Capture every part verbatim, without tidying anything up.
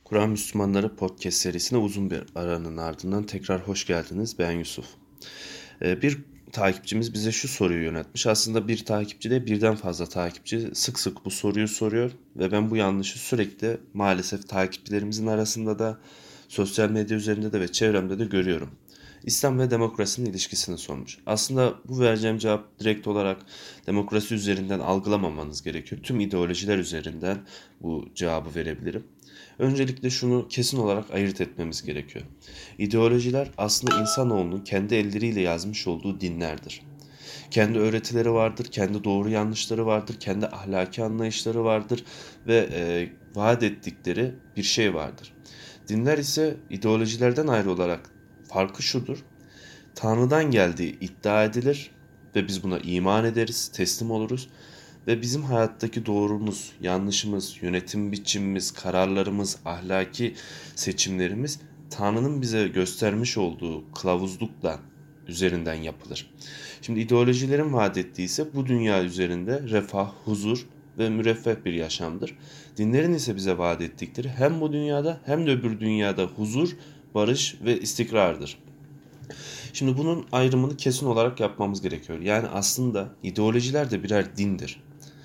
Kur'an Müslümanları podcast serisine uzun bir aranın ardından tekrar hoş geldiniz. Ben Yusuf. Ee, bir takipçimiz bize şu soruyu yöneltmiş. Aslında bir takipçi de birden fazla takipçi sık sık bu soruyu soruyor. Ve ben bu yanlışı sürekli maalesef takipçilerimizin arasında da sosyal medya üzerinde de ve çevremde de görüyorum. İslam ve demokrasinin ilişkisini sormuş. Aslında bu vereceğim cevap direkt olarak demokrasi üzerinden algılamamanız gerekiyor. Tüm ideolojiler üzerinden bu cevabı verebilirim. Öncelikle şunu kesin olarak ayırt etmemiz gerekiyor. İdeolojiler aslında insanoğlunun kendi elleriyle yazmış olduğu dinlerdir. Kendi öğretileri vardır, kendi doğru yanlışları vardır, kendi ahlaki anlayışları vardır ve e, vaat ettikleri bir şey vardır. Dinler ise ideolojilerden ayrı olarak farkı şudur. Tanrı'dan geldiği iddia edilir ve biz buna iman ederiz, teslim oluruz. Ve bizim hayattaki doğrumuz, yanlışımız, yönetim biçimimiz, kararlarımız, ahlaki seçimlerimiz Tanrı'nın bize göstermiş olduğu kılavuzlukla üzerinden yapılır. Şimdi ideolojilerin vaat ettiği ise bu dünya üzerinde refah, huzur ve müreffeh bir yaşamdır. Dinlerin ise bize vaat ettikleri hem bu dünyada hem de öbür dünyada huzur, barış ve istikrardır. Şimdi bunun ayrımını kesin olarak yapmamız gerekiyor. Yani aslında ideolojiler de birer dindir.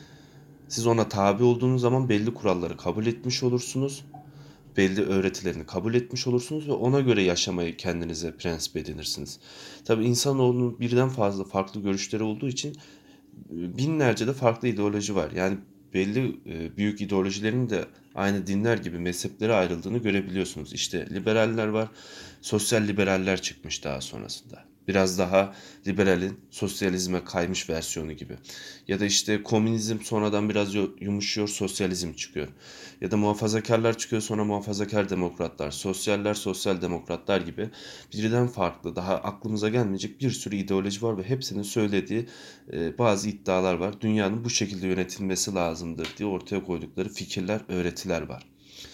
Siz ona tabi olduğunuz zaman belli kuralları kabul etmiş olursunuz. Belli öğretilerini kabul etmiş olursunuz ve ona göre yaşamayı kendinize prensip edinirsiniz. Tabii insanoğlunun birden fazla farklı görüşleri olduğu için binlerce de farklı ideoloji var. Yani belli e, büyük ideolojilerin de aynı dinler gibi mezheplere ayrıldığını görebiliyorsunuz. İşte liberaller var, sosyal liberaller çıkmış daha sonrasında. Biraz daha liberalin sosyalizme kaymış versiyonu gibi. Ya da işte komünizm sonradan biraz yumuşuyor, sosyalizm çıkıyor. Ya da muhafazakarlar çıkıyor, sonra muhafazakar demokratlar, sosyaller, sosyal demokratlar gibi birden farklı, daha aklımıza gelmeyecek bir sürü ideoloji var ve hepsinin söylediği e, bazı iddialar var. Dünyanın bu şekilde yönetilmesi lazımdır diye ortaya koydukları fikirler, öğretiler var.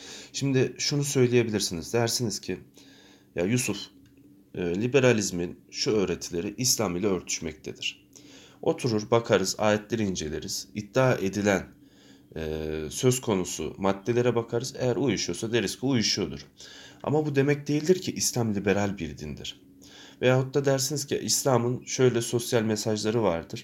Şimdi şunu söyleyebilirsiniz. Dersiniz ki ya Yusuf, e, liberalizmin şu öğretileri İslam ile örtüşmektedir. Oturur bakarız, ayetleri inceleriz. İddia edilen e, söz konusu maddelere bakarız. Eğer uyuşuyorsa deriz ki uyuşuyordur. Ama bu demek değildir ki İslam liberal bir dindir. Veyahut da dersiniz ki İslam'ın şöyle sosyal mesajları vardır.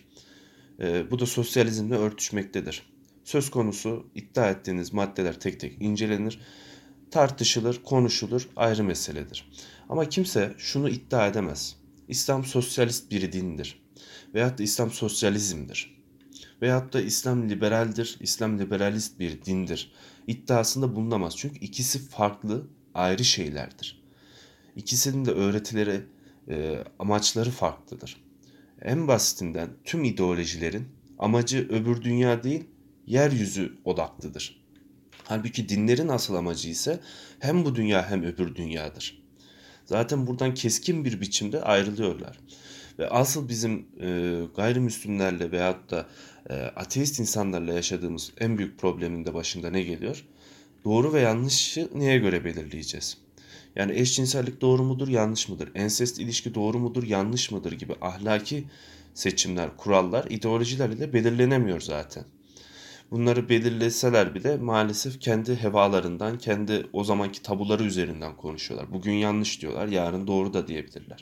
E, bu da sosyalizmle örtüşmektedir. Söz konusu iddia ettiğiniz maddeler tek tek incelenir, tartışılır, konuşulur, ayrı meseledir. Ama kimse şunu iddia edemez. İslam sosyalist bir dindir. Veyahut da İslam sosyalizmdir. Veyahut da İslam liberaldir, İslam liberalist bir dindir. İddiasında bulunamaz. Çünkü ikisi farklı, ayrı şeylerdir. İkisinin de öğretileri, e, amaçları farklıdır. En basitinden tüm ideolojilerin amacı öbür dünya değil, yeryüzü odaklıdır. Halbuki dinlerin asıl amacı ise hem bu dünya hem öbür dünyadır. Zaten buradan keskin bir biçimde ayrılıyorlar. Ve asıl bizim e, gayrimüslimlerle veyahut da e, ateist insanlarla yaşadığımız en büyük problemin de başında ne geliyor? Doğru ve yanlışı neye göre belirleyeceğiz? Yani eşcinsellik doğru mudur, yanlış mıdır? Ensest ilişki doğru mudur, yanlış mıdır gibi ahlaki seçimler, kurallar ideolojiler ile belirlenemiyor zaten. Bunları belirleseler bile maalesef kendi hevalarından, kendi o zamanki tabuları üzerinden konuşuyorlar. Bugün yanlış diyorlar, yarın doğru da diyebilirler.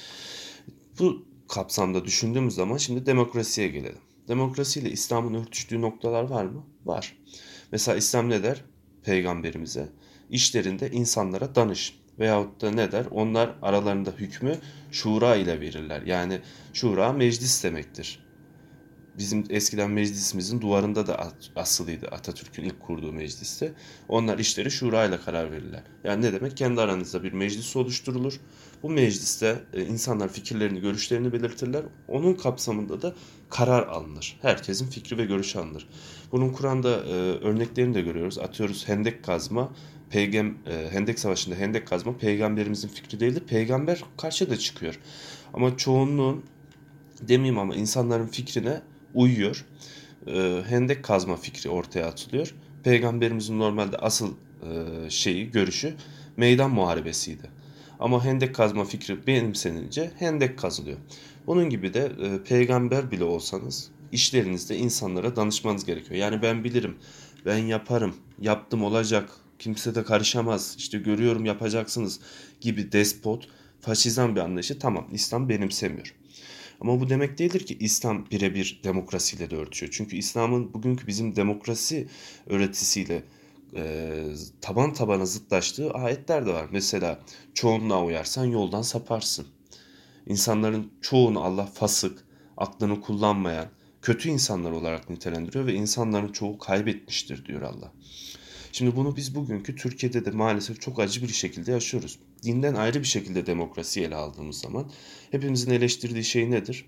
Bu kapsamda düşündüğümüz zaman şimdi demokrasiye gelelim. Demokrasiyle İslam'ın örtüştüğü noktalar var mı? Var. Mesela İslam ne der? Peygamberimize. İşlerinde insanlara danış. Veyahut da ne der? Onlar aralarında hükmü şura ile verirler. Yani şura meclis demektir. Bizim eskiden meclisimizin duvarında da asılıydı, Atatürk'ün ilk kurduğu mecliste. Onlar işleri şura ile karar verirler. Yani ne demek? Kendi aranızda bir meclis oluşturulur. Bu mecliste e, insanlar fikirlerini, görüşlerini belirtirler. Onun kapsamında da karar alınır. Herkesin fikri ve görüşü alınır. Bunun Kur'an'da e, örneklerini de görüyoruz. Atıyoruz hendek kazma. Peygam, e, Hendek Savaşı'nda hendek kazma peygamberimizin fikri değildi. Peygamber karşıda çıkıyor. Ama çoğunluğun demeyeyim ama insanların fikrine uyuyor. E, hendek kazma fikri ortaya atılıyor. Peygamberimizin normalde asıl e, şeyi, görüşü meydan muharebesiydi. Ama hendek kazma fikri benimsenince hendek kazılıyor. Bunun gibi de e, peygamber bile olsanız işlerinizde insanlara danışmanız gerekiyor. Yani ben bilirim, ben yaparım, yaptım olacak kimse de karışamaz, işte görüyorum yapacaksınız gibi despot, faşizan bir anlayışı tamam İslam benimsemiyor. Ama bu demek değildir ki İslam birebir demokrasiyle de örtüşüyor. Çünkü İslam'ın bugünkü bizim demokrasi öğretisiyle e, taban tabana zıtlaştığı ayetler de var. Mesela çoğunluğa uyarsan yoldan saparsın. İnsanların çoğunu Allah fasık, aklını kullanmayan, kötü insanlar olarak nitelendiriyor ve insanların çoğu kaybetmiştir diyor Allah. Şimdi bunu biz bugünkü Türkiye'de de maalesef çok acı bir şekilde yaşıyoruz. Dinden ayrı bir şekilde demokrasiyi ele aldığımız zaman hepimizin eleştirdiği şey nedir?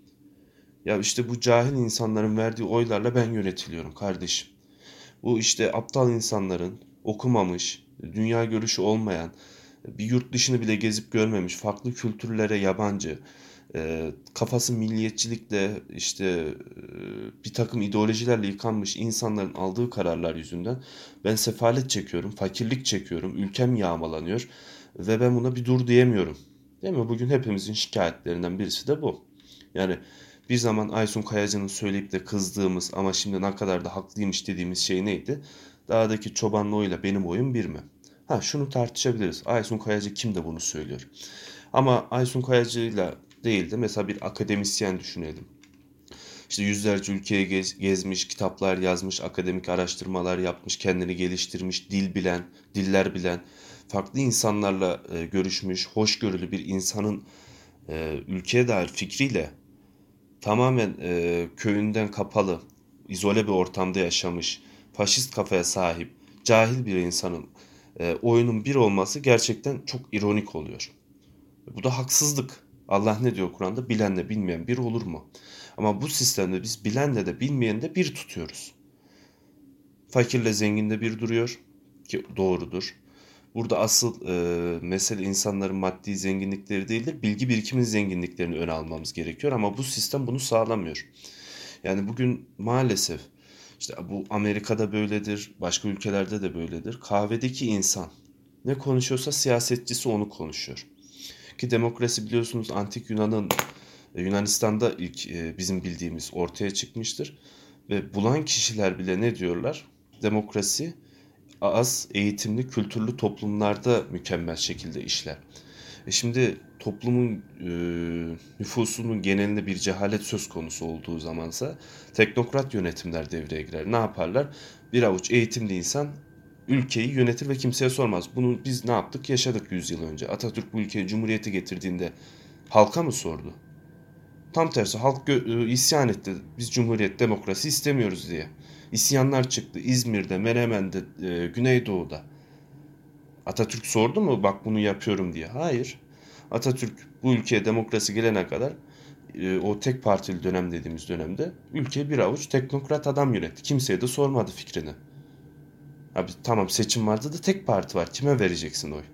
Ya işte bu cahil insanların verdiği oylarla ben yönetiliyorum kardeşim. Bu işte aptal insanların okumamış, dünya görüşü olmayan, bir yurt dışını bile gezip görmemiş, farklı kültürlere yabancı, e, kafası milliyetçilikle işte e, bir takım ideolojilerle yıkanmış insanların aldığı kararlar yüzünden ben sefalet çekiyorum, fakirlik çekiyorum, ülkem yağmalanıyor ve ben buna bir dur diyemiyorum. Değil mi? Bugün hepimizin şikayetlerinden birisi de bu. Yani bir zaman Aysun Kayacı'nın söyleyip de kızdığımız ama şimdi ne kadar da haklıymış dediğimiz şey neydi? Dağdaki çobanın oyuyla benim oyum bir mi? Ha şunu tartışabiliriz. Aysun Kayacı kim de bunu söylüyor? Ama Aysun Kayacı'yla değil de mesela bir akademisyen düşünelim. İşte yüzlerce ülkeye gez, gezmiş, kitaplar yazmış, akademik araştırmalar yapmış, kendini geliştirmiş, dil bilen, diller bilen, farklı insanlarla e, görüşmüş, hoşgörülü bir insanın e, ülkeye dair fikriyle tamamen e, köyünden kapalı, izole bir ortamda yaşamış, faşist kafaya sahip, cahil bir insanın e, oyunun bir olması gerçekten çok ironik oluyor. Bu da haksızlık. Allah ne diyor Kur'an'da? Bilenle bilmeyen bir olur mu? Ama bu sistemde biz bilenle de bilmeyeni de bir tutuyoruz. Fakirle zengin de bir duruyor ki doğrudur. Burada asıl e, mesele insanların maddi zenginlikleri değildir. Bilgi birikiminin zenginliklerini öne almamız gerekiyor ama bu sistem bunu sağlamıyor. Yani bugün maalesef işte bu Amerika'da böyledir, başka ülkelerde de böyledir. Kahvedeki insan ne konuşuyorsa siyasetçisi onu konuşuyor. Ki demokrasi biliyorsunuz antik Yunan'ın e, Yunanistan'da ilk e, bizim bildiğimiz ortaya çıkmıştır. Ve bulan kişiler bile ne diyorlar? Demokrasi az eğitimli, kültürlü toplumlarda mükemmel şekilde işler. E şimdi toplumun e, nüfusunun genelinde bir cehalet söz konusu olduğu zamansa teknokrat yönetimler devreye girer. Ne yaparlar? Bir avuç eğitimli insan ülkeyi yönetir ve kimseye sormaz. Bunu biz ne yaptık? Yaşadık yüz yıl önce. Atatürk bu ülkeye cumhuriyeti getirdiğinde halka mı sordu? Tam tersi halk gö- isyan etti. Biz cumhuriyet, demokrasi istemiyoruz diye. İsyanlar çıktı İzmir'de, Menemen'de, e, Güneydoğu'da. Atatürk sordu mu bak bunu yapıyorum diye? Hayır. Atatürk bu ülkeye demokrasi gelene kadar e, o tek partili dönem dediğimiz dönemde ülkeyi bir avuç teknokrat adam yönetti. Kimseye de sormadı fikrini. Abi tamam seçim vardı da tek parti var. Kime vereceksin oy?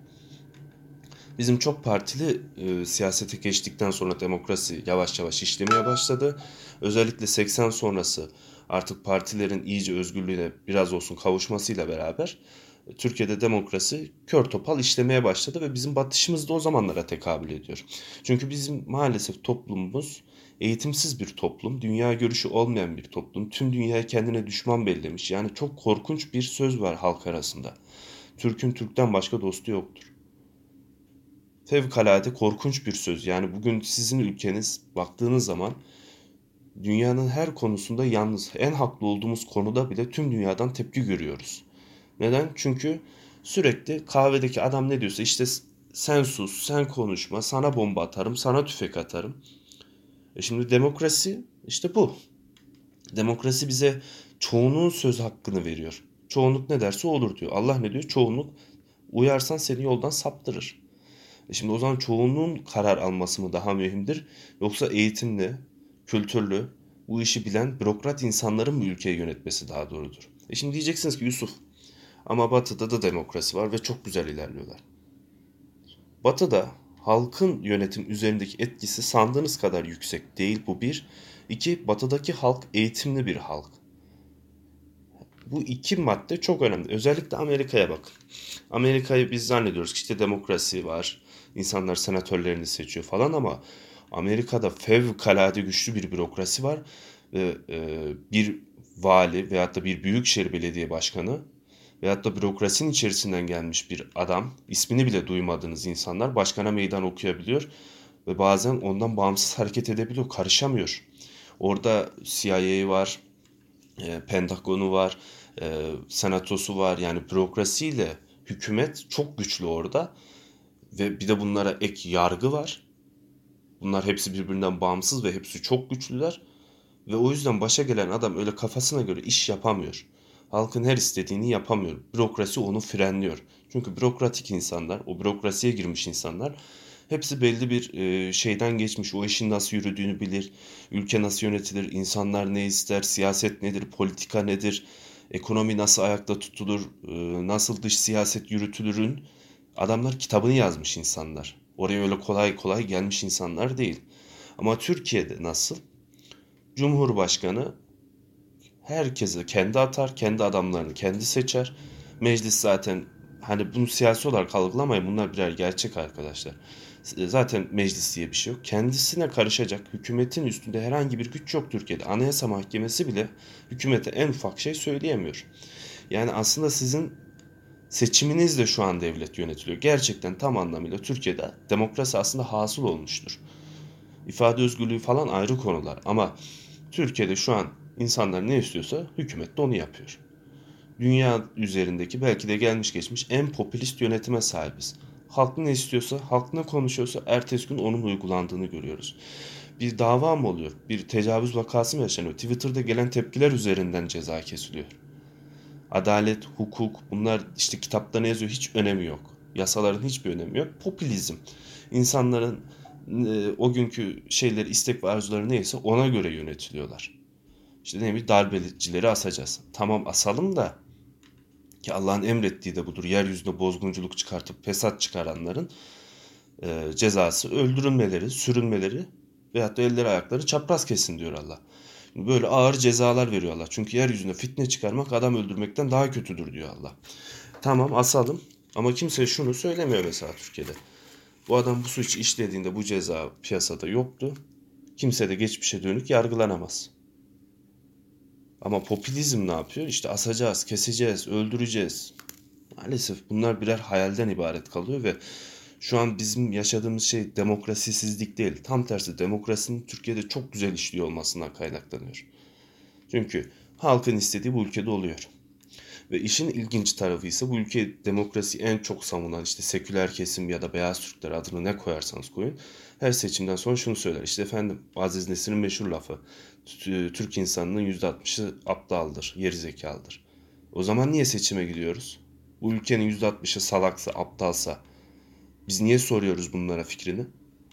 Bizim çok partili e, siyasete geçtikten sonra demokrasi yavaş yavaş işlemeye başladı. Özellikle seksen sonrası artık partilerin iyice özgürlüğüne biraz olsun kavuşmasıyla beraber e, Türkiye'de demokrasi kör topal işlemeye başladı ve bizim batışımız da o zamanlara tekabül ediyor. Çünkü bizim maalesef toplumumuz eğitimsiz bir toplum, dünya görüşü olmayan bir toplum, tüm dünyayı kendine düşman bellemiş. Yani çok korkunç bir söz var halk arasında. Türk'ün Türk'ten başka dostu yoktur. Fevkalade korkunç bir söz. Yani bugün sizin ülkeniz baktığınız zaman dünyanın her konusunda yalnız en haklı olduğumuz konuda bile tüm dünyadan tepki görüyoruz. Neden? Çünkü sürekli kahvedeki adam ne diyorsa işte sen sus, sen konuşma, sana bomba atarım, sana tüfek atarım. E şimdi demokrasi işte bu. Demokrasi bize çoğunluğun söz hakkını veriyor. Çoğunluk ne derse olur diyor. Allah ne diyor? Çoğunluk uyarsan seni yoldan saptırır. E şimdi o zaman çoğunluğun karar alması mı daha mühimdir? Yoksa eğitimli, kültürlü, bu işi bilen bürokrat insanların mı ülkeyi yönetmesi daha doğrudur? E şimdi diyeceksiniz ki Yusuf ama Batı'da da demokrasi var ve çok güzel ilerliyorlar. Batı'da halkın yönetim üzerindeki etkisi sandığınız kadar yüksek değil bu bir. İki, Batı'daki halk eğitimli bir halk. Bu iki madde çok önemli. Özellikle Amerika'ya bakın. Amerika'yı biz zannediyoruz ki işte demokrasi var. İnsanlar senatörlerini seçiyor falan ama Amerika'da fevkalade güçlü bir bürokrasi var. Ve e, bir vali veyahut da bir büyükşehir belediye başkanı veyahut da bürokrasinin içerisinden gelmiş bir adam, ismini bile duymadığınız insanlar başkana meydan okuyabiliyor ve bazen ondan bağımsız hareket edebiliyor, karışamıyor. Orada C I A var, e, Pentagon'u var, e, senatosu var. Yani bürokrasiyle hükümet çok güçlü orada ve bir de bunlara ek yargı var. Bunlar hepsi birbirinden bağımsız ve hepsi çok güçlüler. Ve o yüzden başa gelen adam öyle kafasına göre iş yapamıyor. Halkın her istediğini yapamıyor. Bürokrasi onu frenliyor. Çünkü bürokratik insanlar, o bürokrasiye girmiş insanlar hepsi belli bir e, şeyden geçmiş. O işin nasıl yürüdüğünü bilir. Ülke nasıl yönetilir, insanlar ne ister, siyaset nedir, politika nedir, ekonomi nasıl ayakta tutulur, e, nasıl dış siyaset yürütülürün adamlar kitabını yazmış insanlar. Oraya öyle kolay kolay gelmiş insanlar değil. Ama Türkiye'de nasıl? Cumhurbaşkanı herkese kendi atar, kendi adamlarını kendi seçer. Meclis zaten, hani bunu siyasi olarak algılamayın, bunlar birer gerçek arkadaşlar. Zaten meclis diye bir şey yok. Kendisine karışacak hükümetin üstünde herhangi bir güç yok Türkiye'de. Anayasa Mahkemesi bile hükümete en ufak şey söyleyemiyor. Yani aslında sizin seçiminizle şu an devlet yönetiliyor. Gerçekten tam anlamıyla Türkiye'de demokrasi aslında hasıl olmuştur. İfade özgürlüğü falan ayrı konular ama Türkiye'de şu an insanlar ne istiyorsa hükümet de onu yapıyor. Dünya üzerindeki belki de gelmiş geçmiş en popülist yönetime sahibiz. Halk ne istiyorsa, halk ne konuşuyorsa ertesi gün onun uygulandığını görüyoruz. Bir dava mı oluyor? Bir tecavüz vakası mı yaşanıyor? Twitter'da gelen tepkiler üzerinden ceza kesiliyor. Adalet, hukuk, bunlar işte kitapta ne yazıyor hiç önemi yok. Yasaların hiçbir önemi yok. Popülizm. İnsanların e, o günkü şeyleri, istek ve arzuları neyse ona göre yönetiliyorlar. İşte neymiş, darbecileri asacağız. Tamam asalım da, ki Allah'ın emrettiği de budur. Yeryüzünde bozgunculuk çıkartıp fesat çıkaranların e, cezası öldürülmeleri, sürünmeleri veyahut da elleri ayakları çapraz kesin diyor Allah. Böyle ağır cezalar veriyor Allah. Çünkü yeryüzünde fitne çıkarmak adam öldürmekten daha kötüdür diyor Allah. Tamam asalım ama kimse şunu söylemiyor mesela Türkiye'de. Bu adam bu suç işlediğinde bu ceza piyasada yoktu. Kimse de geçmişe dönük yargılanamaz. Ama popülizm ne yapıyor? İşte asacağız, keseceğiz, öldüreceğiz. Maalesef bunlar birer hayalden ibaret kalıyor ve şu an bizim yaşadığımız şey demokrasisizlik değil. Tam tersi, demokrasinin Türkiye'de çok güzel işliyor olmasından kaynaklanıyor. Çünkü halkın istediği bu ülkede oluyor. Ve işin ilginç tarafı ise bu ülke demokrasi en çok savunan işte seküler kesim ya da beyaz Türkler, adını ne koyarsanız koyun, her seçimden sonra şunu söyler. İşte efendim, Aziz Nesin'in meşhur lafı. Türk insanının yüzde altmışı aptaldır, gerizekalıdır. O zaman niye seçime gidiyoruz? Bu ülkenin yüzde altmışı salaksa, aptalsa biz niye soruyoruz bunlara fikrini?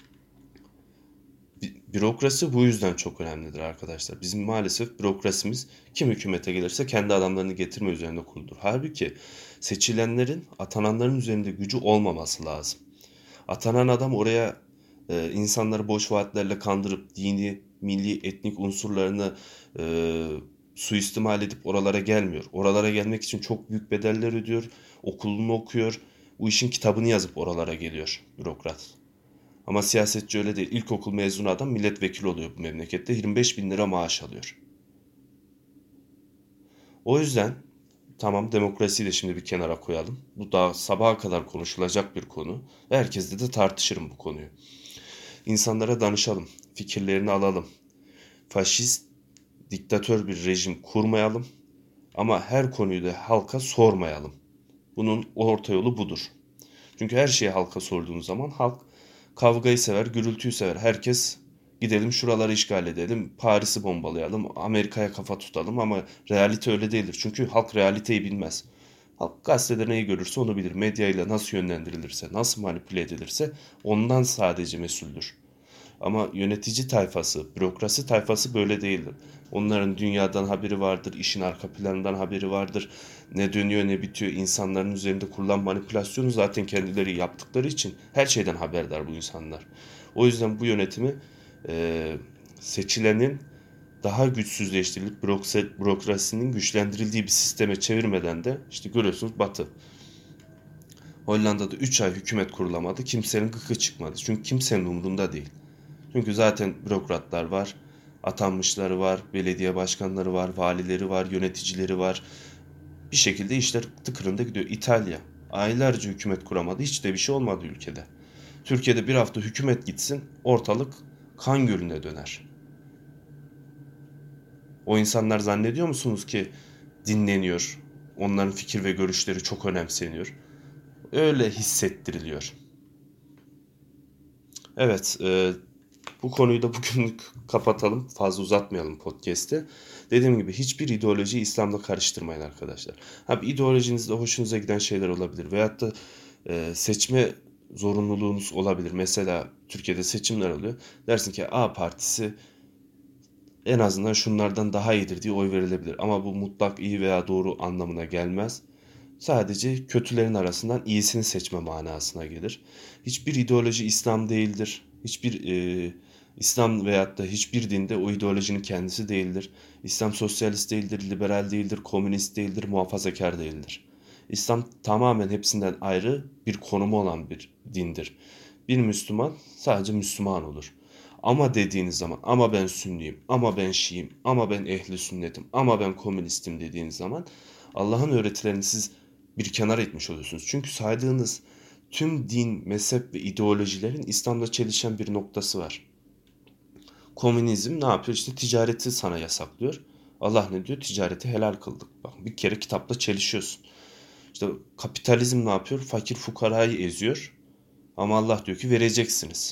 Bürokrasi bu yüzden çok önemlidir arkadaşlar. Bizim maalesef bürokrasimiz kim hükümete gelirse kendi adamlarını getirme üzerine kuruludur. Halbuki seçilenlerin, atananların üzerinde gücü olmaması lazım. Atanan adam oraya e, insanları boş vaatlerle kandırıp dini, milli, etnik unsurlarını e, suistimal edip oralara gelmiyor. Oralara gelmek için çok büyük bedeller ödüyor, okulunu okuyor, bu işin kitabını yazıp oralara geliyor bürokrat. Ama siyasetçi öyle değil. İlkokul mezunu adam milletvekili oluyor bu memlekette. yirmi beş bin lira maaş alıyor. O yüzden tamam, demokrasiyi de şimdi bir kenara koyalım. Bu daha sabaha kadar konuşulacak bir konu. Herkesle de tartışırım bu konuyu. İnsanlara danışalım. Fikirlerini alalım. Faşist, diktatör bir rejim kurmayalım. Ama her konuyu da halka sormayalım. Bunun orta yolu budur. Çünkü her şeyi halka sorduğunuz zaman halk kavgayı sever, gürültüyü sever. Herkes gidelim şuraları işgal edelim, Paris'i bombalayalım, Amerika'ya kafa tutalım ama realite öyle değildir. Çünkü halk realiteyi bilmez. Halk gazetede neyi görürse onu bilir. Medyayla nasıl yönlendirilirse, nasıl manipüle edilirse ondan sadece mesuldür. Ama yönetici tayfası, bürokrasi tayfası böyle değildir. Onların dünyadan haberi vardır, işin arka planından haberi vardır. Ne dönüyor ne bitiyor, insanların üzerinde kurulan manipülasyonu zaten kendileri yaptıkları için her şeyden haberdar bu insanlar. O yüzden bu yönetimi e, seçilenin daha güçsüzleştirilip bürokrasinin güçlendirildiği bir sisteme çevirmeden de işte görüyorsunuz Batı. Hollanda'da üç ay hükümet kurulamadı, kimsenin gıkı çıkmadı. Çünkü kimsenin umurunda değil. Çünkü zaten bürokratlar var, atanmışları var, belediye başkanları var, valileri var, yöneticileri var. Bir şekilde işler tıkırında gidiyor. İtalya aylarca hükümet kuramadı. Hiç de bir şey olmadı ülkede. Türkiye'de bir hafta hükümet gitsin, ortalık kan gölüne döner. O insanlar zannediyor musunuz ki dinleniyor? Onların fikir ve görüşleri çok önemseniyor. Öyle hissettiriliyor. Evet, e, bu konuyu da bugünlük kapatalım. Fazla uzatmayalım podcast'i. Dediğim gibi hiçbir ideolojiyi İslam'la karıştırmayın arkadaşlar. Ha, bir ideolojinizde hoşunuza giden şeyler olabilir. Veyahut da e, seçme zorunluluğunuz olabilir. Mesela Türkiye'de seçimler oluyor. Dersin ki A partisi en azından şunlardan daha iyidir diye oy verilebilir. Ama bu mutlak iyi veya doğru anlamına gelmez. Sadece kötülerin arasından iyisini seçme manasına gelir. Hiçbir ideoloji İslam değildir. Hiçbir e, İslam veyahut da hiçbir dinde o ideolojinin kendisi değildir. İslam sosyalist değildir, liberal değildir, komünist değildir, muhafazakar değildir. İslam tamamen hepsinden ayrı bir konumu olan bir dindir. Bir Müslüman sadece Müslüman olur. Ama dediğiniz zaman, ama ben Sünniyim, ama ben Şiiyim, ama ben ehli sünnetim, ama ben komünistim dediğiniz zaman Allah'ın öğretilerini siz bir kenara etmiş oluyorsunuz. Çünkü saydığınız tüm din, mezhep ve ideolojilerin İslam'da çelişen bir noktası var. Komünizm ne yapıyor? İşte ticareti sana yasaklıyor. Allah ne diyor? Ticareti helal kıldık. Bak, bir kere kitapla çelişiyorsun. İşte kapitalizm ne yapıyor? Fakir fukarayı eziyor. Ama Allah diyor ki vereceksiniz.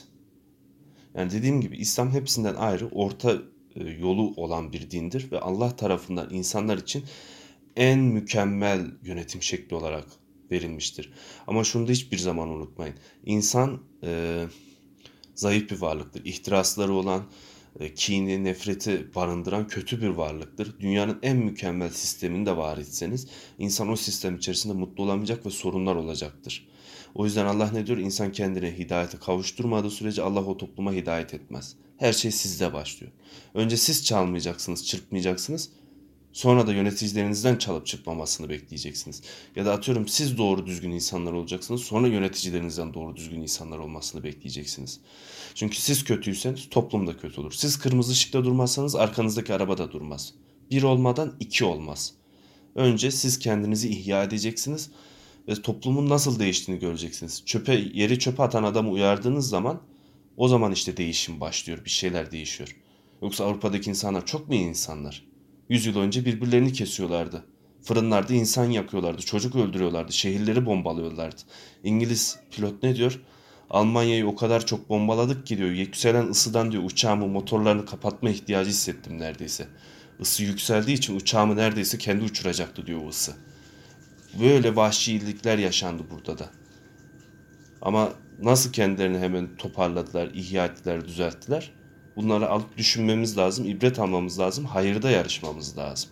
Yani dediğim gibi İslam hepsinden ayrı, orta e, yolu olan bir dindir ve Allah tarafından insanlar için en mükemmel yönetim şekli olarak verilmiştir. Ama şunu da hiçbir zaman unutmayın. İnsan e, zayıf bir varlıktır. İhtirasları olan, e, kini, nefreti barındıran kötü bir varlıktır. Dünyanın en mükemmel sistemini de var etseniz insan o sistem içerisinde mutlu olamayacak ve sorunlar olacaktır. O yüzden Allah ne diyor? İnsan kendine hidayete kavuşturmadığı sürece Allah o topluma hidayet etmez. Her şey sizde başlıyor. Önce siz çalmayacaksınız, çırpmayacaksınız. Sonra da yöneticilerinizden çalıp çıkmamasını bekleyeceksiniz. Ya da atıyorum siz doğru düzgün insanlar olacaksınız. Sonra yöneticilerinizden doğru düzgün insanlar olmasını bekleyeceksiniz. Çünkü siz kötüyseniz toplum da kötü olur. Siz kırmızı ışıkta durmazsanız arkanızdaki araba da durmaz. Bir olmadan iki olmaz. Önce siz kendinizi ihya edeceksiniz ve toplumun nasıl değiştiğini göreceksiniz. Çöpe, yeri çöpe atan adamı uyardığınız zaman o zaman işte değişim başlıyor. Bir şeyler değişiyor. Yoksa Avrupa'daki insanlar çok mu iyi insanlar? Yüz yıl önce birbirlerini kesiyorlardı. Fırınlarda insan yakıyorlardı, çocuk öldürüyorlardı, şehirleri bombalıyorlardı. İngiliz pilot ne diyor? Almanya'yı o kadar çok bombaladık ki diyor, yükselen ısıdan diyor uçağımın motorlarını kapatma ihtiyacı hissettim neredeyse. Isı yükseldiği için uçağımı neredeyse kendi uçuracaktı diyor o ısı. Böyle vahşilikler yaşandı burada da. Ama nasıl kendilerini hemen toparladılar, ihya ettiler, düzelttiler? Bunları alıp düşünmemiz lazım, ibret almamız lazım, hayırda yarışmamız lazım.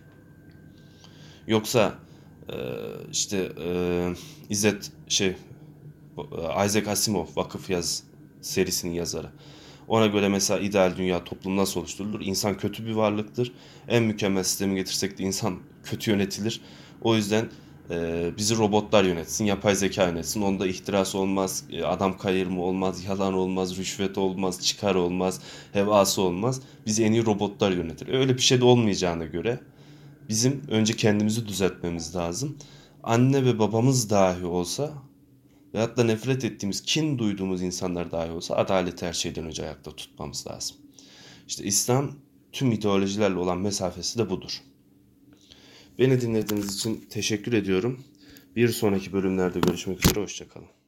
Yoksa e, işte e, İzzet şey Isaac Asimov Vakıf Yaz serisinin yazarı. Ona göre mesela ideal dünya toplum nasıl oluşturulur? İnsan kötü bir varlıktır. En mükemmel sistemi getirsek de insan kötü yönetilir. O yüzden e, bizi robotlar yönetsin, yapay zeka yönetsin. Onda ihtiras olmaz, e, adam kayırma olmaz, yalan olmaz, rüşvet olmaz, çıkar olmaz, hevası olmaz. Bizi en iyi robotlar yönetir. Öyle bir şey de olmayacağına göre bizim önce kendimizi düzeltmemiz lazım. Anne ve babamız dahi olsa veyahut da nefret ettiğimiz, kin duyduğumuz insanlar dahi olsa adaleti her şeyden önce ayakta tutmamız lazım. İşte İslam tüm ideolojilerle olan mesafesi de budur. Beni dinlediğiniz için teşekkür ediyorum. Bir sonraki bölümlerde görüşmek üzere, hoşça kalın.